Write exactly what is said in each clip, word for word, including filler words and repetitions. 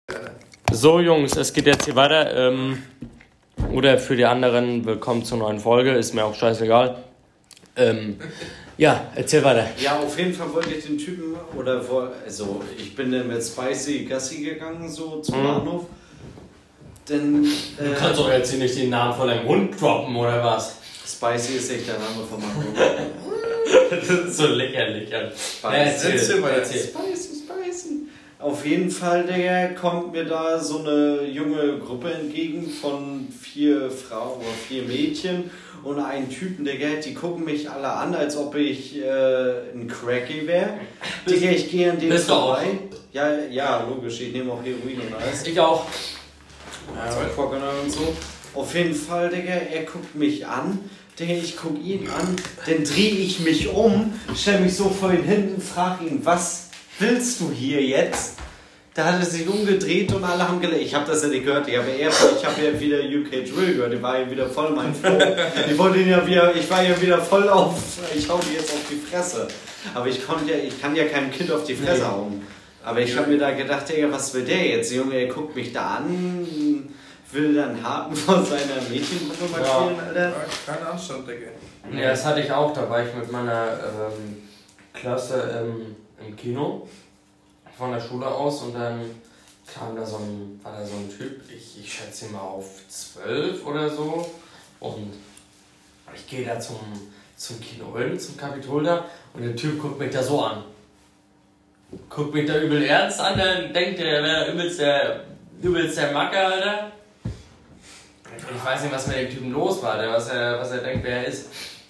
So Jungs, es geht jetzt hier weiter. Ähm, oder für die anderen, willkommen zur neuen Folge, ist mir auch scheißegal. Ähm, ja, erzähl weiter. Ja, auf jeden Fall wollte ich den Typen, oder also ich bin dann mit Spicy Gassi gegangen, so zum mhm. Bahnhof. Denn, äh, du kannst doch jetzt hier nicht den Namen von deinem Hund droppen, oder was? Spicy ist echt der Name von meinem Hund. Das ist so lächerlich. Ja, erzähl, erzähl, erzähl. Spicy, Spicy. Auf jeden Fall, Digga, kommt mir da so eine junge Gruppe entgegen von vier Frauen oder vier Mädchen und einen Typen, Digga, die gucken mich alle an, als ob ich äh, ein Cracky wäre. Digga, ich gehe an denen vorbei. Ja, ja, logisch, ich nehme auch Heroin und alles. Ich auch. Ja, und so. Auf jeden Fall, Digga, er guckt mich an. Digga, ich guck ihn an, dann drehe ich mich um, stell mich so vor ihn hin und frage ihn, was willst du hier jetzt? Da hat er sich umgedreht und alle haben gelacht. Ich habe das ja nicht gehört, ich habe ja, hab ja wieder U K Drill gehört, ich war ja wieder voll mein Flow. Ich wollte ihn ja wieder, ich war ja wieder voll auf, ich hau dir jetzt auf die Fresse. Aber ich konnte ja, ich kann ja keinem Kind auf die Fresse hauen. Aber ich habe mir da gedacht, Digga, was will der jetzt? Junge, er guckt mich da an, will dann Haken vor seiner Mädchengruppe markieren, ja. Alter. Kein Anstand, Digga. Ja, das hatte ich auch, da war ich mit meiner ähm, Klasse ähm, im Kino von der Schule aus und dann kam da so ein, war da so ein Typ, ich, ich schätze ihn mal auf zwölf oder so und ich gehe da zum, zum Kino hin, zum Kapitol da und der Typ guckt mich da so an. Guckt mich da übel ernst an, dann denkt er, er wäre übelst der, übelst der Macker, Alter. Ich weiß nicht, was mit dem Typen los war, Alter, was er, was er denkt, wer er ist.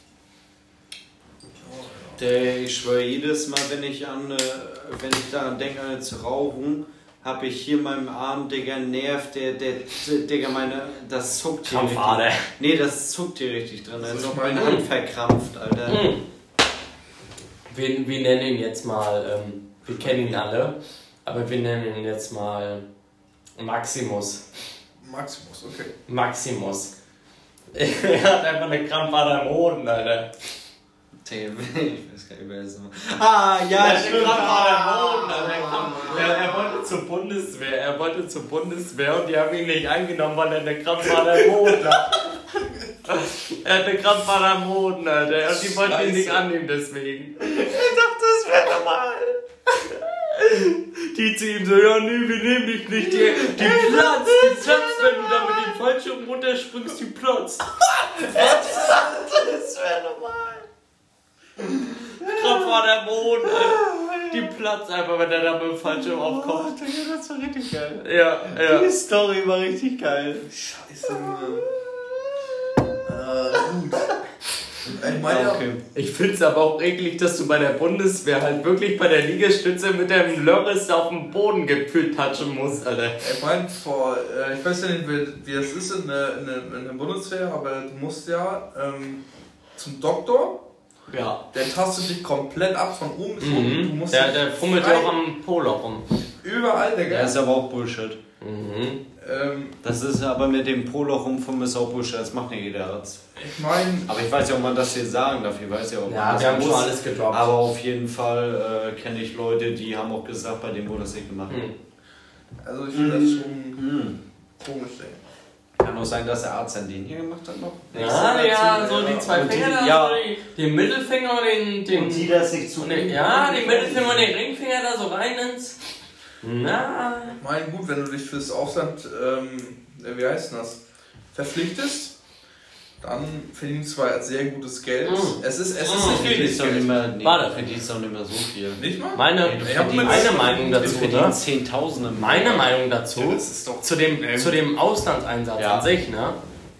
Der, ich schwöre, jedes Mal, wenn ich an, wenn ich daran denke, an zu rauchen, habe ich hier in meinem Arm, Digga, einen Nerv, der, der, Digga, meine, das zuckt hier richtig. Nee, das zuckt hier richtig drin, als ob meine Hand verkrampft, Alter. Mhm. Wir, wir nennen ihn jetzt mal, ähm, wir kennen ihn alle, aber wir nennen ihn jetzt mal Maximus. Maximus, okay. Maximus. Er hat einfach eine Krampfader im Hoden, Alter. Ich weiß gar nicht, wer das ist. Ah, ja, er stimmt. Ah, er, er wollte zur Bundeswehr, er wollte zur Bundeswehr und die haben ihn nicht angenommen, weil er eine Krampfader im Hoden hat. Er hat eine Krampfader im Hoden, Alter, und die wollten ihn nicht annehmen deswegen. Ich dachte, das wäre normal. Die zu ihm so, ja, nee, wir nehmen dich nicht, die, die platzt, die platzt, wenn du da mit dem Fallschirm runterspringst, die platzt. Das wäre normal. Krampfader im Hoden, die platzt einfach, wenn der da mit dem Fallschirm aufkommt. Oh, das war richtig geil. Ja, ja. Die Story war richtig geil. Scheiße, Mann. Äh, gut. Ich meine, okay. Ich find's aber auch eklig, dass du bei der Bundeswehr halt wirklich bei der Liegestütze mit deinem Lörres auf dem Boden gefühlt touchen musst, Alter. Ich meine, vor, äh, ich weiß ja nicht, wie, wie das ist in der, in, der, in der Bundeswehr, aber du musst ja ähm, zum Doktor. Ja. Der tastet dich komplett ab von oben bis unten. Mhm. Du musst der der fummelt ja auch am Polo rum. Überall, Digga. Das ist aber auch Bullshit. Mhm. Ähm, das ist aber mit dem Polo rumfummeln ist auch Bullshit. Das macht nicht jeder Arzt. Ich meine. Aber ich weiß ja, ob man das hier sagen darf. Ich weiß ja, ob ja, man das wir haben muss. schon alles gedroppt. Aber auf jeden Fall äh, kenne ich Leute, die haben auch gesagt, bei denen wurde das nicht gemacht. Mhm. Also ich finde mhm. das schon mhm. komisch, Digga. Kann auch sein, dass der Arzt an den hier gemacht hat noch. Ja, ja, so die zwei Finger da, ja. so die, den Mittelfinger und den, den... Und die das nicht zu... Den, ja, den Mittelfinger und den Ringfinger da so rein ins... Na... Mein gut, wenn du dich fürs Ausland, ähm, wie heißt das, verpflichtest, dann verdienst du zwar sehr gutes Geld. Mm. Es ist, es ist mm. nicht wenig Geld. Mehr, nee, Warte. verdienst auch nicht mehr so viel. Nicht mal? Meine, nee, meine Meinung dazu, ne? Zehntausende. Meine Meinung dazu, ja, das ist doch zu, dem, ähm, zu dem Auslandseinsatz ja. an sich, ne?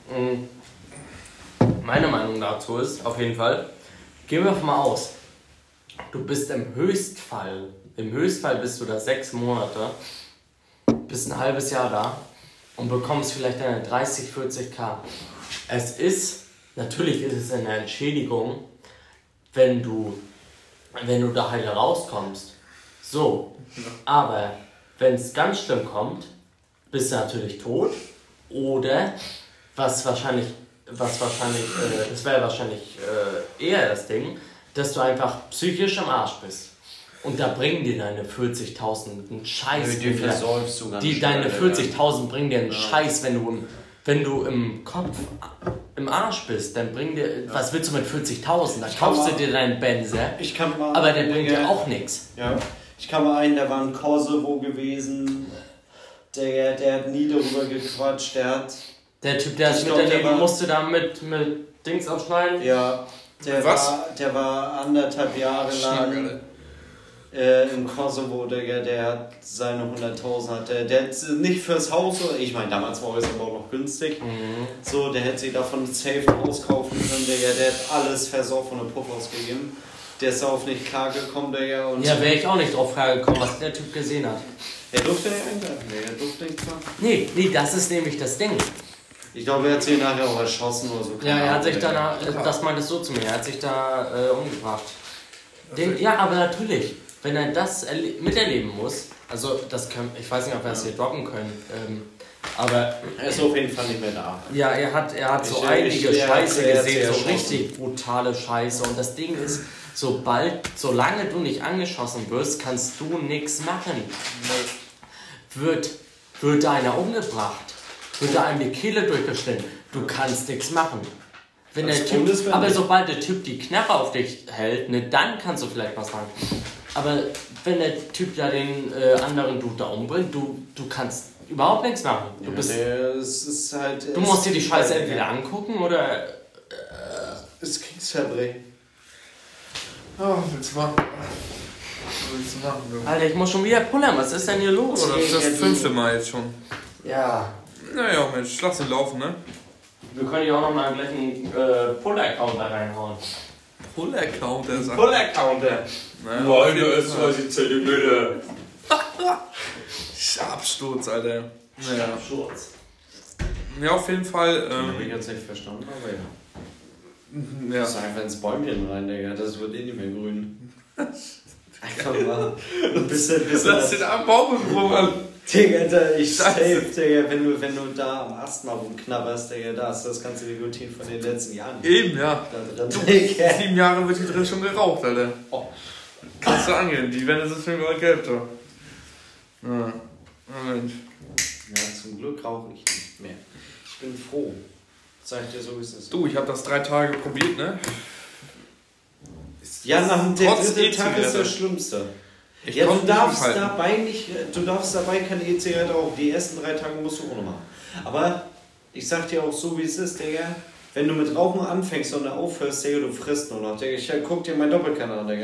Meine Meinung dazu ist, auf jeden Fall, gehen wir mal aus, du bist im Höchstfall, im Höchstfall bist du da sechs Monate, bist ein halbes Jahr da und bekommst vielleicht deine dreißig, vierzig K. Es ist, natürlich ist es eine Entschädigung, wenn du, wenn du da heile rauskommst. So, aber wenn es ganz schlimm kommt, bist du natürlich tot oder was wahrscheinlich, was wahrscheinlich, äh, das wäre wahrscheinlich äh, eher das Ding, dass du einfach psychisch am Arsch bist. Und da bringen dir deine vierzigtausend einen Scheiß. Die versäufst du ganz die, schnell, Deine vierzigtausend bringen dir einen ja. Scheiß, wenn du, im, wenn du im Kopf im Arsch bist. Dann bringen dir, ja. was willst du mit vierzigtausend? Dann kaufst du dir deinen Benzer, ich kann mal aber der bringt dir auch nichts. Ja. Ich kann mal einen, der war in Kosovo gewesen, der, der hat nie darüber gequatscht, der hat... Der Typ, der es miterleben musste, da mit, mit Dings aufschneiden? Ja, der Was? war, der war anderthalb Jahre lang äh, in Kosovo, der, der hat seine hunderttausend, hat der, der hat nicht fürs Haus, ich meine, damals war es aber auch noch günstig, Mhm. so, der hätte sich davon safe ein Haus kaufen können, der, der hat alles versoffen und Puff ausgegeben. Der ist auf nicht klar gekommen, der ja. Und ja, wäre ich auch nicht drauf gekommen, was der Typ gesehen hat. Er durfte nicht eingreifen, nee, er durfte nicht fahren. Nee, nee, das ist nämlich das Ding. Ich glaube, er hat sich nachher auch erschossen oder so. Ja, er hat sich danach, das meintest du zu mir, er hat sich da äh, umgebracht. Den, ja, aber natürlich, wenn er das miterleben muss, also das können, ich weiß nicht, ob wir das hier droppen können, ähm, aber... Er ist auf jeden Fall nicht mehr da. Ja, er hat, er hat so Ich- einige ich- er hat- Scheiße er hat gesehen, sehr so erschossen. richtig brutale Scheiße. Und das Ding ist, sobald, solange du nicht angeschossen wirst, kannst du nichts machen. Wird, wird da einer umgebracht, wird da einem die Kehle durchgeschnitten, du kannst nichts machen. Wenn der Als typ, Bundeswehr aber nicht. sobald der Typ die Knarre auf dich hält, ne, dann kannst du vielleicht was machen. Aber wenn der Typ da den äh, anderen Dude da umbringt, du, du kannst überhaupt nichts machen. Du, Ja, bist, der ist, ist halt, du ist- musst dir die Scheiße entweder angucken oder... Ist Kriegsverbrechen. Oh, willst du machen? Was willst du machen, Junge? Alter, ich muss schon wieder pullern, was ist denn hier los? Oh, das ist das fünfte Mal jetzt schon. Ja, Naja, Mensch, lass ihn laufen, ne? wir können ja auch noch mal gleich einen äh, Pull-Account da reinhauen. Pull-Account, der sagt. Pull-Account, Naja, Boah, auf jeden der ist Fall. zwanzig Zentimeter. Absturz, Alter. Naja. Schurz. Ja, auf jeden Fall. Ähm, Habe ich Ähm, jetzt nicht verstanden, aber ja. ja. Das ist einfach ins Bäumchen rein, Digga. Das wird eh nicht mehr grün. Einfach mal ein bisschen, bisschen. Lass den am Baum rum an. Digga, da, ich Scheiße. safe, Digga, wenn du, wenn du da am Ast mal rumknabberst, Digga, da ist das ganze Nikotin von den letzten Jahren. Eben, ja. Da drin, Digga. Sieben Jahre wird hier drin schon geraucht, Alter. Oh. Kannst du angehen. Die Wände sind schon überall gelb, da. Ja. Moment. Ja, zum Glück rauche ich nicht mehr. Ich bin froh. Sag ich dir so, wie es ist. Du, ich habe das drei Tage probiert, ne? Ja, nach dem Trotz dritten Tag ist E-Zigarette. das Schlimmste. Ich Ja, du konnte mich darfst nicht halten. dabei nicht, du darfst dabei keine E-Zigarette rauchen. Die ersten drei Tage musst du ohne machen. Aber ich sag dir auch so, wie es ist, Digga. Wenn du mit Rauchen anfängst und dann aufhörst, Digga, du frisst nur noch, Digga. Ich guck dir meinen Doppelkanal an, Digga.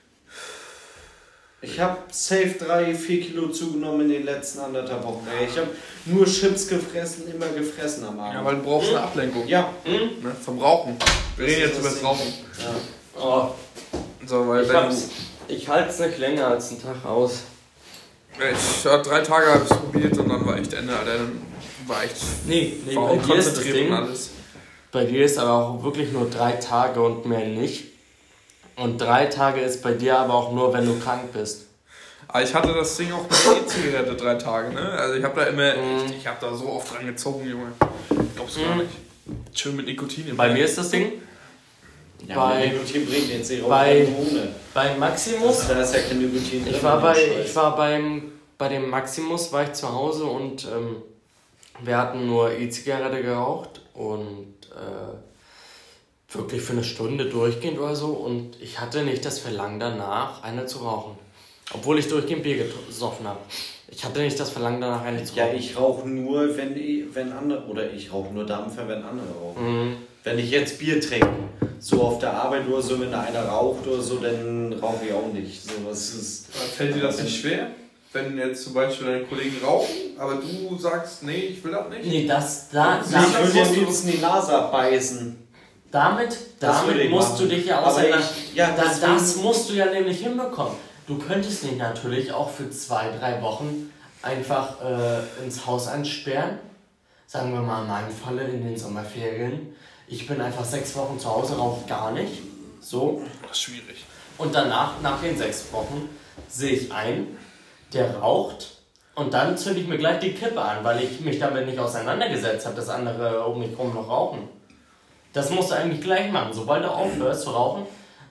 Ich hab safe drei, vier Kilo zugenommen in den letzten anderthalb Wochen, ey. Ich hab nur Chips gefressen, immer gefressen am Abend. Ja, weil du brauchst eine Ablenkung. Ja. Ne? Vom Rauchen. Wir reden jetzt über das Rauchen. Ja. Oh, So, weil ich, wenn hab's, ich halte es nicht länger als einen Tag aus. du. Ich hab drei Tage habe ich probiert und dann war echt Ende, Alter. Dann war echt. Nee, nee, war bei dir ist das unkonzentriert und Ding. alles. Bei dir ist aber auch wirklich nur drei Tage und mehr nicht. Und drei Tage ist bei dir aber auch nur, wenn du krank bist. Aber ich hatte das Ding auch mit der E-Zigarette drei Tage, ne? Also ich habe da immer. Mhm. Ich, ich habe da so oft dran gezogen, Junge. Glaubst du gar Mhm. nicht. Schön mit Nikotin im Bei Blut. mir ist das Ding, Ja, Bei- Nikotin bringt jetzt nicht bei- ohne. bei Maximus, Da ist ja kein Nikotin drin. ich war, in dem bei, Scheiß. ich war beim, bei dem Maximus, war ich zu Hause und ähm, wir hatten nur E-Zigarette geraucht und äh, wirklich für eine Stunde durchgehend oder so und ich hatte nicht das Verlangen danach, eine zu rauchen. Obwohl ich durchgehend Bier gesoffen habe. Ich hatte nicht das Verlangen danach, eine zu Ja, rauchen. ich rauche nur, wenn, wenn andere, oder ich rauche nur Dampfer, wenn andere rauchen. Mhm. Wenn ich jetzt Bier trinke, so auf der Arbeit oder so, wenn da einer raucht oder so, dann rauche ich auch nicht. So, was ist, Fällt dir das nicht schwer? Wenn jetzt zum Beispiel deine Kollegen rauchen, aber du sagst, nee, ich will das nicht? Nee, das, da, ich damit, würde am musst du, liebsten die Nase abbeißen. damit, Das würde damit ich musst machen. du dich ja Aber auseinander... ich- ja, das, deswegen- das musst du ja nämlich hinbekommen. Du könntest dich natürlich auch für zwei, drei Wochen einfach äh, ins Haus einsperren. Sagen wir mal in meinem Falle in den Sommerferien. Ich bin einfach sechs Wochen zu Hause, rauche gar nicht. So. Das ist schwierig. Und danach, nach den sechs Wochen, sehe ich ein, der raucht und dann zünde ich mir gleich die Kippe an, weil ich mich damit nicht auseinandergesetzt habe, dass andere um mich herum noch rauchen. Das musst du eigentlich gleich machen. Sobald du aufhörst zu rauchen,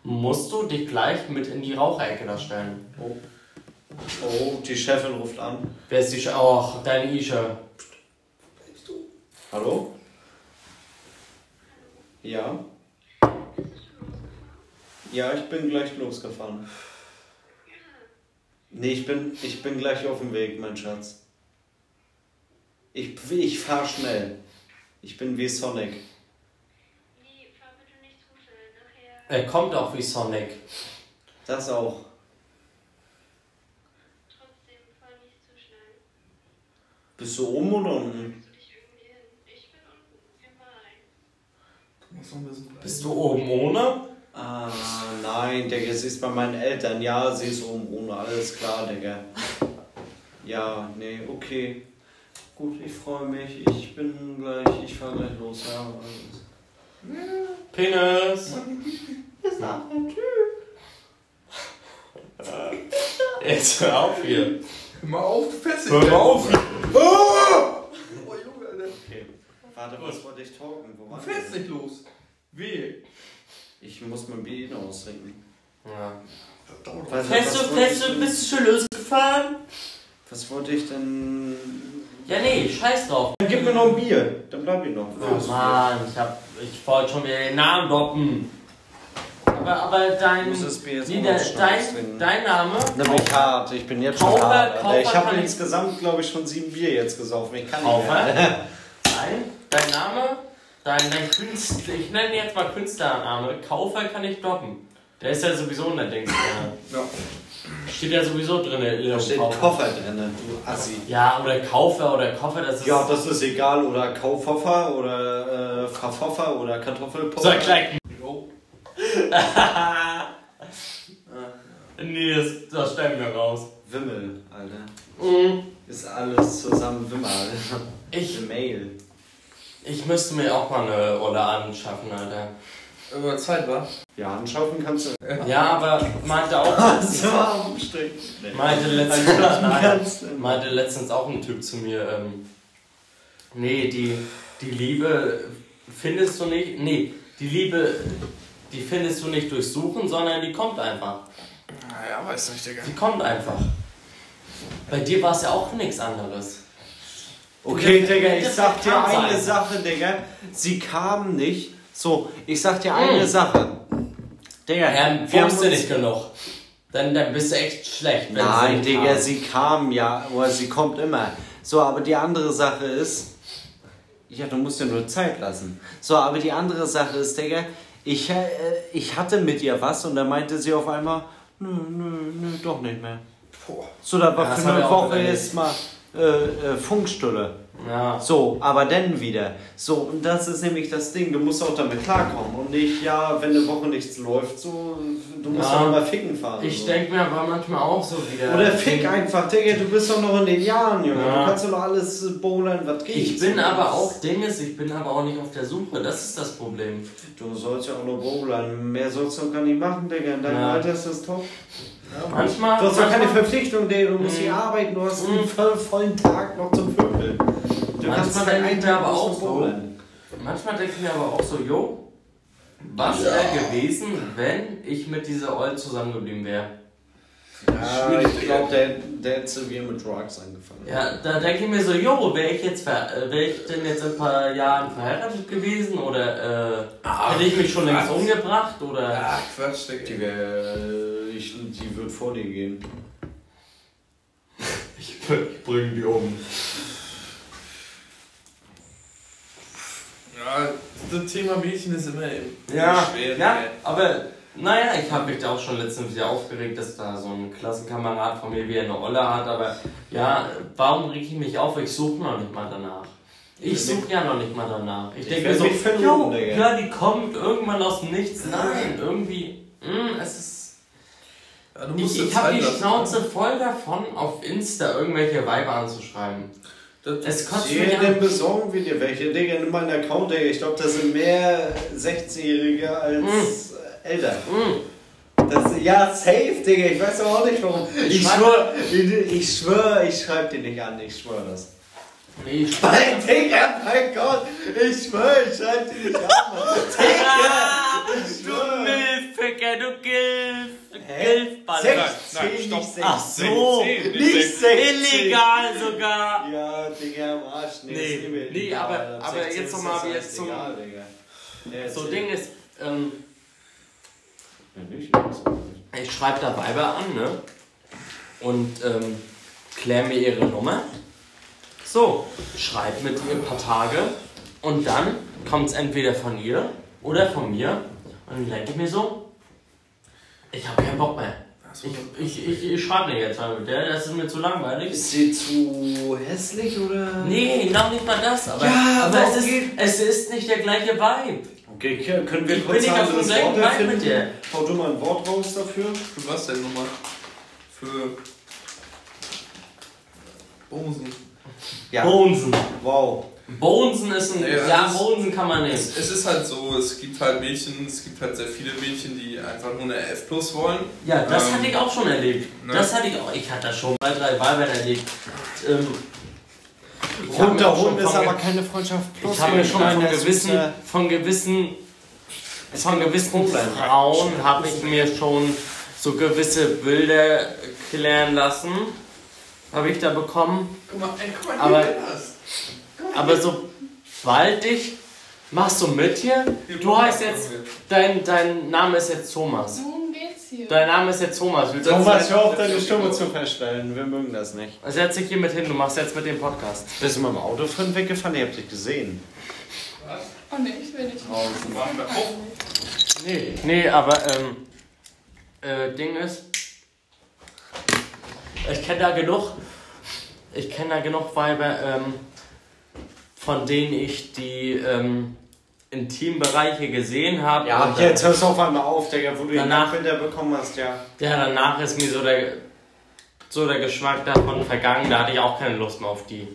musst du dich gleich mit in die Raucherecke da stellen. Oh. Oh, die Chefin ruft an. Wer ist die Chefin? Oh, deine Isha. Hallo? Ja? Ja, ich bin gleich losgefahren. Nee, ich bin, ich bin gleich auf dem Weg, mein Schatz. Ich, ich fahr schnell. Ich bin wie Sonic. Nee, fahr bitte nicht zu schnell. Nachher. Er kommt auch wie Sonic. Das auch. Trotzdem, fahr nicht zu schnell. Bist du oben oder unten? Kannst du dich irgendwie hin? Ich bin unten. Geh mal rein. Du musst noch ein bisschen bleiben. Bist du oben ohne? Ah, nein, Digga, sie ist bei meinen Eltern. Ja, sie ist oben ohne. Alles klar, Digga. Ja, nee, okay. Gut, ich freue mich. Ich bin gleich, ich fahr gleich los. Ja, alles. Penis. Bis nachher. Jetzt hör auf hier. Hör mal auf, du fährst Hör mal auf hier. Oh! Oh, Junge, Alter. Okay. Warte, was wollte ich talken? Wo Du war fährst das? nicht los. Wie? Ich muss mein Bier noch austrinken. Ja. Verdammt. Was, Fährst was du, wollte fährst ich du, denn- bist du schon losgefahren? Was wollte ich denn? Ja, nee, scheiß drauf. Dann gib mir noch ein Bier. Dann bleib ich noch. Oh Mann, ich hab, ich wollte schon wieder den Namen droppen. Aber, aber dein, Ich muss das Bier jetzt wie mal der, schnell dein, austrinken. dein Name, Da bin ich hart. Ich bin jetzt schon Kaufer- hart. Alter. Kaufer Ich habe kann ich- insgesamt, glaube ich, schon sieben Bier jetzt gesaufen. Ich kann nicht Kaufer, mehr. dein, dein Name, dein, dein Künstler, ich nenne ihn jetzt mal Künstlername, Kaufer kann ich droppen. Der ist ja sowieso in der Dings drin. Ja. Steht ja sowieso drin. Da steht Koffer drin, du Assi. Ja, oder Kaufer oder Koffer, das ist... Ja, das ist egal. Oder Kaufhoffer oder äh, Pfaffhoffer oder Kartoffelpuffer. So ein klein... Jo. Nee, das, das stellen wir raus. Wimmel, Alter. Mhm. Ist alles zusammen Wimmel, Alter. Ich, Eine Mail. ich müsste mir auch mal eine Rolle anschaffen, Alter. Aber Zeit war. Ja, anschaffen kannst du. Ja, aber meinte auch Das letztens, war umstrickt. meinte letztens, Anschaffen nein, kannst du. meinte letztens auch ein Typ zu mir, ähm, nee, die, die Liebe findest du nicht, nee, die Liebe, die findest du nicht durch Suchen, sondern die kommt einfach. Naja, weiß nicht, Digga. Die kommt einfach. Bei dir war es ja auch nichts anderes. Okay, Das- Digga, ich das sag dir kann eine sein. Sache, Digga. Sie kam nicht. So, ich sag dir eine Hm. Sache. Digga, Ja, wir haben pumpst du uns- nicht genug. Dann, dann bist du echt schlecht. wenn Nein, sie nicht Digga, kam. sie kam ja, oder sie kommt immer. So, aber die andere Sache ist, ja, du musst dir nur Zeit lassen. So, aber die andere Sache ist, Digga, ich, äh, ich hatte mit ihr was und dann meinte sie auf einmal, nö, nö, nö, doch nicht mehr. Boah. So, da war Ja, das für haben eine wir auch Woche wieder jetzt mal äh, äh, Funkstille. Ja. So, aber dann wieder. So, und das ist nämlich das Ding, du musst auch damit klarkommen. Und nicht, ja, wenn eine Woche nichts läuft, so, du musst Ja. auch mal ficken fahren. Ich so. denke mir aber manchmal auch so wieder. Oder fick einfach, Digga, du bist doch noch in den Jahren, Junge. Ja. Du kannst doch noch alles äh, bowlern, was geht. Ich bin aber auch, Ding ist, ich bin aber auch nicht auf der Suche. Das ist das Problem. Du sollst ja auch noch bowlern. Mehr sollst du doch gar nicht machen, Digga. In deinem Ja. Alter ist das top. Manchmal. Du hast doch keine manchmal, Verpflichtung, Digga. Du musst Mhm. hier arbeiten. Du hast einen Mhm. voll, vollen Tag noch zum Vögeln. Du Manchmal kannst denke ich einen mir Tag aber musst auch du so. bowlern. manchmal denke ich mir aber auch so, jo, was wäre gewesen, wenn ich mit dieser Old zusammengeblieben wäre? Ja, Schwierig, ich Digga. glaube, der, der hat so wie mit Drugs angefangen. Ja, da denke ich mir so, jo, wäre ich jetzt ver äh, wäre ich denn jetzt in ein paar Jahren verheiratet gewesen oder äh, Ach, hätte ich mich schon längst was? umgebracht oder. Ah, Quatsch, Die, Digga. wär, ich, die wird vor dir gehen. Ich, ich bringe die um. Ja, das Thema Mädchen ist immer Ja, schwer. ja, Digga. aber naja, ich habe mich da auch schon letztens wieder aufgeregt, dass da so ein Klassenkamerad von mir wieder eine Olle hat, aber ja, warum reg ich mich auf? Ich suche noch nicht mal danach. Ich suche ja noch nicht mal danach. Ich Ich denke mir werd so, mich verloben, jo, Digga. ja, die kommt irgendwann aus dem Nichts. Nein, irgendwie, mh, es ist... Ja, du musst Ich, dir ich habe Zeit die lassen. Schnauze voll davon, auf Insta irgendwelche Weiber anzuschreiben. Das, Es kotzt mich Jeden an. besorgen wir dir welche, Digga, nimm mal einen Account, Digga. Ich glaube, das sind mehr sechzehnjährige als äh, älter. Mh. Das, ja, safe, Digga. Ich weiß aber auch nicht warum. Ich schreib- schwör, ich, ich schwör, ich schreib dir nicht an, ich schwör das. Nee, ich Mein Digga, mein Gott, ich schwör, ich schreib dir nicht an. Digga, ich Du schwör. Milfficker, du Gilf. Hä? Gilfballer. sechzehn, Nein, stopp. nicht sechzehn. Ach so. Nicht sechzehn. Illegal sogar. Ja, Digga, am Arsch. Nee, Nee, ist mir nee, egal. aber- Ab aber sechzehn jetzt ist noch mal das wie alles jetzt zum- egal, Digga. Ja, So, erzähl. Ding ist, ähm, Ja, nicht. ich schreibe da Weiber an, ne? Und ähm, klär mir ihre Nummer. So, schreib mit ihr ein paar Tage. Und dann kommt es entweder von ihr oder von mir. Und dann denke ich mir so, ich habe keinen Bock mehr. Ich, ich, ich, ich schreibe nicht jetzt mal mit der, das ist mir zu langweilig. Ist sie zu hässlich oder? Nee, noch nicht mal das, aber, Ja, aber aber es, ist, geht- es ist nicht der gleiche Vibe. Okay, können wir Ich kurz bin nicht ein auf dem anderes gleichen Wort Vibe mit erfinden? dir. Hau du mal ein Wort raus dafür. Für was denn nochmal? Für Bosen. Ja. Bonsen. Wow. Bonsen ist ein. Ja, Ja, das- Bonsen kann man nicht. Es, es ist halt so, es gibt halt Mädchen, es gibt halt sehr viele Mädchen, die einfach nur eine F plus wollen. Ja, das Ähm, hatte ich auch schon erlebt. ne? Das hatte ich auch. Ich hatte das schon bei drei Weibern erlebt. Ähm, ich hab mir auch Runterholen schon ist von aber ge- keine Freundschaft plus. Ich habe mir schon von Kleiner, gewissen, süßer- von gewissen, von gewissen Problem. Frauen habe ich mir schon so gewisse Bilder klären lassen. Habe ich da bekommen. Guck mal, ey, guck mal, Aber- hier das. Aber sobald ich machst du mit hier? Du heißt jetzt, dein, dein Name ist jetzt Thomas. Worum geht's hier? Dein Name ist jetzt Thomas. Wir setzen Thomas, jetzt- hör auf, deine Stimme zu verstellen. Wir mögen das nicht. Setz dich hier mit hin, du machst jetzt mit dem Podcast. Bist du mal im Auto drin weggefahren? Ihr habt dich gesehen. Oh ne, ich will nicht. Machen wir auch. Nee, nee, aber ähm, äh, Ding ist, ich kenne da genug, ich kenne da genug Weiber, ähm, von denen ich die ähm, Intimbereiche gesehen habe. Ja, und jetzt hörst du auf einmal auf, Digga, wo du die Danach- Nachbilder bekommen hast, ja. Ja, danach ist mir so der, so der Geschmack davon vergangen, da hatte ich auch keine Lust mehr auf die.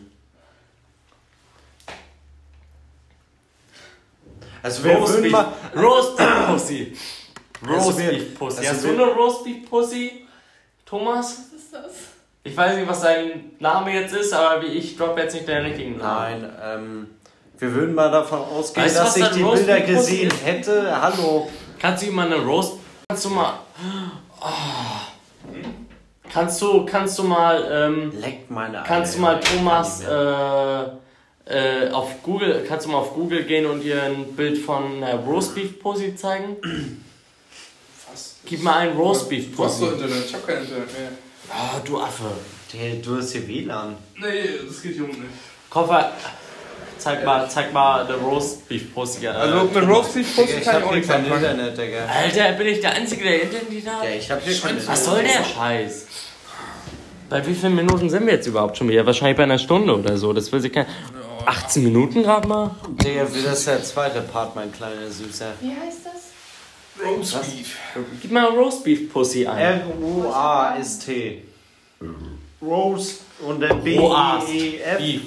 Also wir würden mal... Roastbeef Pussy. Also wir- Roastbeef Pussy. also Hast du wir- eine Roastbeef Pussy, Thomas? Was ist das? Ich weiß nicht, was dein Name jetzt ist, aber wie ich droppe jetzt nicht den richtigen Namen. Nein, ähm... Wir würden mal davon ausgehen, Weißt du, dass was ich ein die Roast Bilder Beef Pussy gesehen ist? hätte. Hallo. Kannst du ihm mal eine Roast... Kannst du mal... Oh. Kannst du, kannst du mal... Ähm, Leck meine kannst du Eier. mal Thomas... Äh, äh, auf Google... Kannst du mal auf Google gehen und ihr ein Bild von einer Roastbeef Pussy zeigen? Was? Gib mal ein Roastbeef Du hast doch Pussy. Internet, ich hab kein Internet mehr. Oh, du Affe. Hey, du hast hier W L A N. Nee, das geht hier um nicht. Koffer... Zeig mal, zeig mal eine Roastbeef Pussy. Äh, Also mit Roastbeef Digga, Pussy ich kann ich hab auch hier nichts kein anfangen. Internet, Digga. Alter, bin ich der Einzige, der Internet hat? Ja, ich hab hier kein Was soll der Scheiß? Bei wie vielen Minuten sind wir jetzt überhaupt schon wieder? Wahrscheinlich bei einer Stunde oder so. Das will sich kein... achtzehn Minuten gerade mal? Digga, wie das ist der zweite Part, mein kleiner Süßer. Wie heißt das? Roastbeef. Gib mal Roastbeef Pussy ein. R U A S T. Roast und dann B Roast E F. Beef.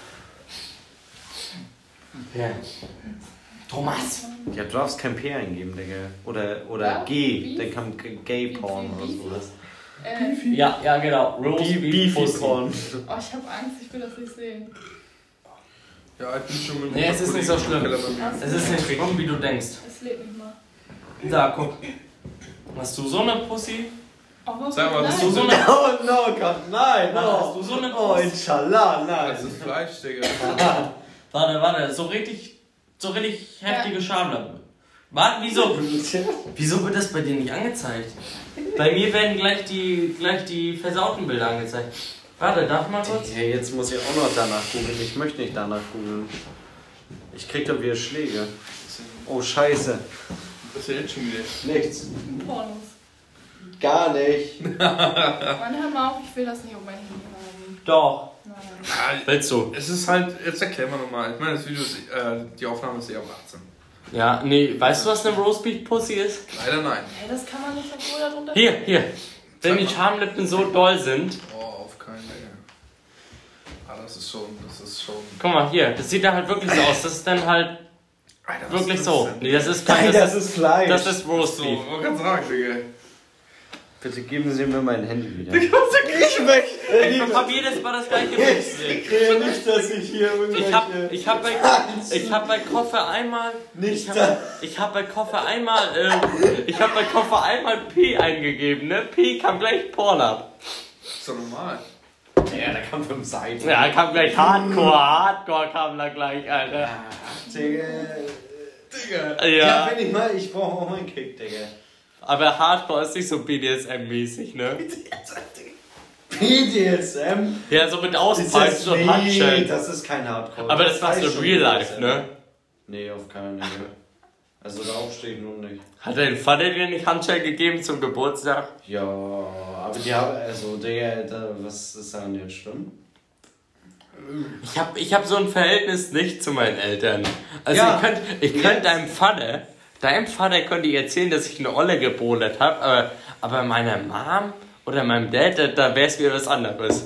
Ja. Thomas. Ja, du darfst kein P eingeben, Digga. Oder, oder Ja, G. Beef. Dann kam G- Gay Porn oder Beef. sowas. Äh, Ja, ja genau. Roastbeef Beefy Pussy. Porn. oh, ich hab Angst, ich will das nicht sehen. Ja, ich bin schon mit Nee, es ist nicht so schlimm. Keller bei mir. Es ist nicht schlimm, wie du denkst. Es lädt nicht mal. Da, guck. Hast du so eine Pussy? Oh, warum Sag mal, nein? bist du so So eine... eine... Oh no, Gott, nein. Hast du so eine Oh, Pussy? inshallah, nein. Das ist Fleisch, Digga. Warte, warte. So richtig... So richtig heftige Schamlippen. Warte, wieso? Wieso wird das bei dir nicht angezeigt? Bei mir werden gleich die, gleich die versauten Bilder angezeigt. Warte, darf mal kurz? Hey, jetzt muss ich auch noch danach googeln. Ich möchte nicht danach googeln. Ich krieg dann wieder Schläge. Oh, scheiße. Das ist ja jetzt schon wieder. Nichts. Pornos. Gar nicht. Mann, hör mal auf, ich will das nicht auf mein Handy haben. Doch. Nein. Ah, Willst du? es ist halt, jetzt erklären wir nochmal. Ich meine, das Video ist, äh, die Aufnahme ist eher ab achtzehn. Ja, nee, weißt du, was eine Roastbeef Pussy ist? Leider nein. Hey, das kann man nicht so wohl darunter. Hier, hier. Wenn Sag die mal. Schamlippen so doll sind. Oh, auf keinen Fall. Ah, das ist schon, das ist schon... Guck mal, hier. Das sieht da halt wirklich so aus. Das ist dann halt Alter, was wirklich ist so. das denn? Nee, das ist Nein, kein... das ist Fleisch. Das ist So, Roastbeef. man kann sagen, Digga. Bitte geben Sie mir mein Handy wieder. Ich möchte. Ich hab jedes Mal das gleiche Bild. Ich will nicht, dass ich hier irgendwelche... Ich hab, ich hab bei, ich hab bei Koffer einmal, Nicht ich hab, ich hab bei Koffer einmal, äh, ich hab bei Koffer einmal P eingegeben, ne? P kam gleich Pornhub. Ist doch normal. Ja, da kam fünf Seiten. Ja, kam gleich Hardcore, Hardcore kam da gleich, Alter. Digga. Digga. Ja, Ja, wenn ich mal, ich brauche auch mal einen Kick, Digga. aber Hardcore ist nicht so B D S M-mäßig, ne? B D S M? Ja, so mit Auspeitschen und nee, Handschellen. das ist kein Hardcore. Aber das machst du schon real life, B D S M. ne? Nee, auf keinen Fall. Also darauf stehe ich nun nicht. Hat dein Vater dir nicht Handschellen gegeben zum Geburtstag? Ja, aber die haben, also, Digga, da, was ist daran jetzt schlimm? Ich hab, ich hab so ein Verhältnis nicht zu meinen Eltern. Also Ja. ich könnte ich könnt deinem Vater, deinem Vater könnte ich erzählen, dass ich eine Olle gebohrt habe, aber, aber meiner Mom oder meinem Dad, da, da wäre es wieder was anderes.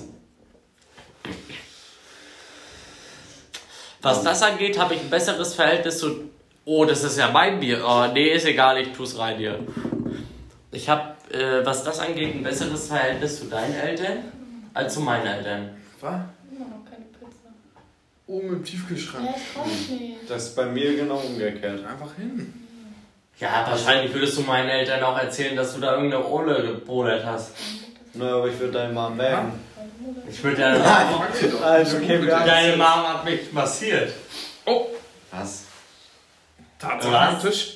Was das angeht, habe ich ein besseres Verhältnis zu... Oh, das ist ja mein Bier. Oh, nee, ist egal, ich tu's rein hier. Ich habe, äh, was das angeht, ein besseres Verhältnis zu deinen Eltern als zu meinen Eltern. Was? Immer noch keine Pizza. Oben im Tiefkühlschrank. Ja, ich komm nicht. Das ist bei mir genau umgekehrt. Einfach hin. Ja, wahrscheinlich würdest du meinen Eltern auch erzählen, dass du da irgendeine Olle gebodert hast. Na, aber ich würde deine Mom melden. Ich würde deine Mom, Also, okay, wir haben deine Mom hat mich massiert. Oh, Was? Tatsache Was? am Tisch.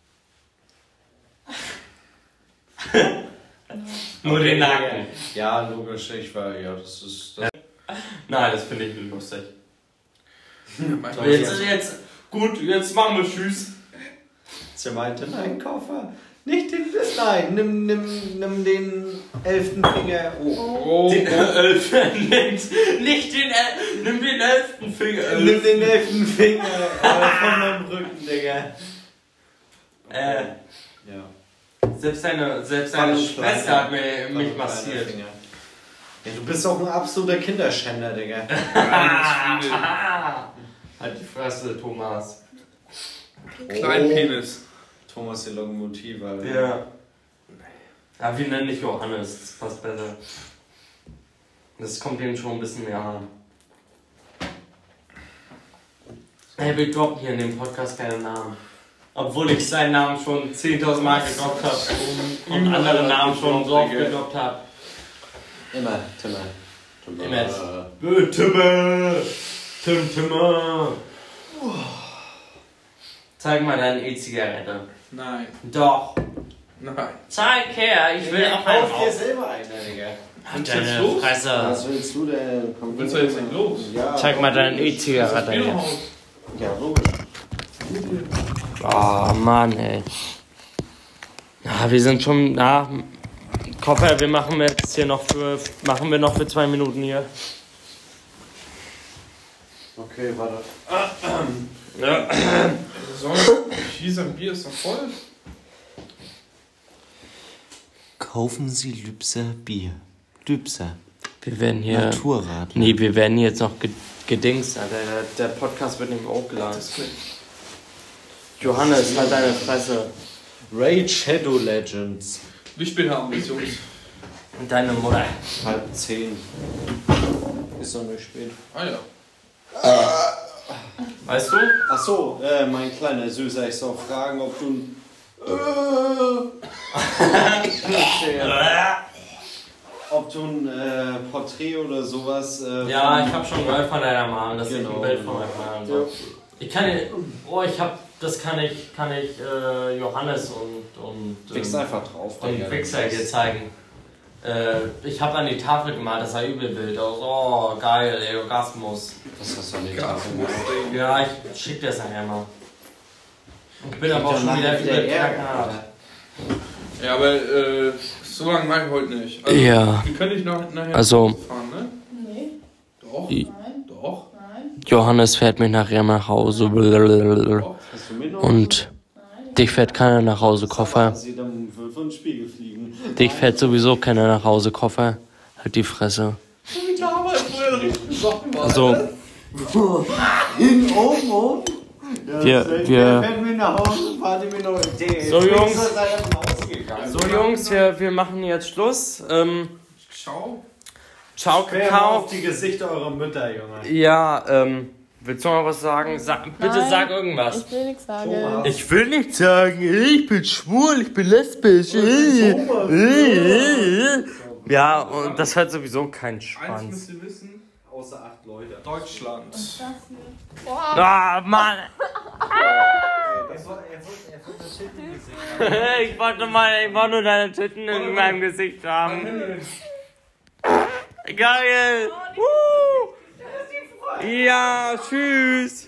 Nur den Nacken. Ja, logisch, ich war, ja, das ist... Das Nein, das finde ich nicht lustig. Manchmal Jetzt ist jetzt gut, jetzt machen wir Tschüss. Sie meinte, nein, Koffer, nicht den, nein, nimm, nimm, nimm den elften Finger. Oh. Oh, Den oh. Elften, nicht den El nimm den elften Finger. Nimm den elften Finger äh, von meinem Rücken, Digga. Äh, Ja. selbst deine, selbst deine War ein Schwester kleiner- hat mir, war ein mich kleiner massiert. Finger. Ja, du bist auch ein absoluter Kinderschänder, Digga. Halt die Fresse, Thomas. Kleinen Penis. Thomas die Lokomotive, Alter. Ja. Ja, wir nennen dich Johannes, das passt besser. Das kommt ihm schon ein bisschen mehr an. Hey, wir droppen hier in dem Podcast keinen Namen. Obwohl ich seinen Namen schon zehntausend Mal gedroppt habe und andere Namen schon so oft gedroppt habe. Immer, Timmer. Timmer. Immer. Timme! Tim Timmer! Zeig mal deine E-Zigarette. Nein. Doch. Nein. Zeig her, ich will Ja, auch einen kauf dir auf. selber einer, Digga. Willst du Deine jetzt los? Fresse. Was willst du denn? Komm, Willst du jetzt nicht los? Ja. Zeig mal deine Das E-Zigarette Bier noch her. aus. Ja, logisch. Oh Mann, ey. Ja, wir sind schon. Na, Koffer, wir machen jetzt hier noch für. Machen wir noch für zwei Minuten hier. Okay, warte. Ja. Sonst, hier sein Bier ist doch voll. Kaufen Sie Lübser Bier. Lübser. Wir werden hier. Naturrad. Nee, wir werden jetzt noch ge gedingst, Alter. Der, der Podcast wird nicht mehr hochgeladen. Johannes, halt deine Fresse. Raid Shadow Legends. Wie spät haben wir es, Jungs? Und deine Mutter. Halb zehn. Ist noch nicht spät. Ah ja. Weißt du? Ach so, äh, mein kleiner Süßer, ich soll fragen, ob du ein... ob du ein äh, Porträt oder sowas... Äh, Ja, von- ich habe schon gehört von deiner Mom, dass ich Genau, ein Bild von genau. meiner Mom so. Ich kann, oh, ich hab, das kann ich, kann ich äh, Johannes und und Klickst ähm, einfach drauf. und Digga. Wichser dir zeigen. Äh, ich habe an die Tafel gemalt, das sah übel wild aus. Oh, geil, ey, Orgasmus. Was hast du an den Gas Tafel muss, gemacht? Digga. Ja, ich schick dir das nachher mal. Ich bin aber auch schon wieder übel knackhart. Ja, aber äh, so lange mache ich heute nicht. Also, Ja. Wir können dich noch nachher Also- fahren, ne? Nee, Doch. I- nein, Doch. nein, Johannes fährt mich nachher nach Hause. Doch. Hast du mit noch? Und nein. dich fährt keiner nach Hause, Koffer. Sie dann wird von den Spiegel fliegen. Dich fährt sowieso keiner nach Hause, Koffer. Halt die Fresse. Wie damals, wo er richtig besoffen war. Also, In, oben, oben. Ja, Wir- wir, wir- werden wir nach Hause, fahrt ihr mir noch in den. So, Jungs. So, So Jungs, wir, wir machen jetzt Schluss. Ähm, Ciao. ciao, Kakao. Kakao. Auf die Gesichter eurer Mütter, Junge. Ja, ähm, willst du mal was sagen? Sag, bitte Nein, sag irgendwas. Ich will nichts sagen. Thomas. Ich will nicht sagen, ich bin schwul, ich bin lesbisch. Thomas. Ja, und das hört sowieso keinen Eins Schwanz. müsst ihr wissen: Außer acht Leute. Deutschland. Das hier. Boah. Ah, Mann. Er wollte das Titten gesehen. Ich wollte mal, ich wollte nur deine Titten in meinem Gesicht haben. Geil. Uh. Ja, tschüss.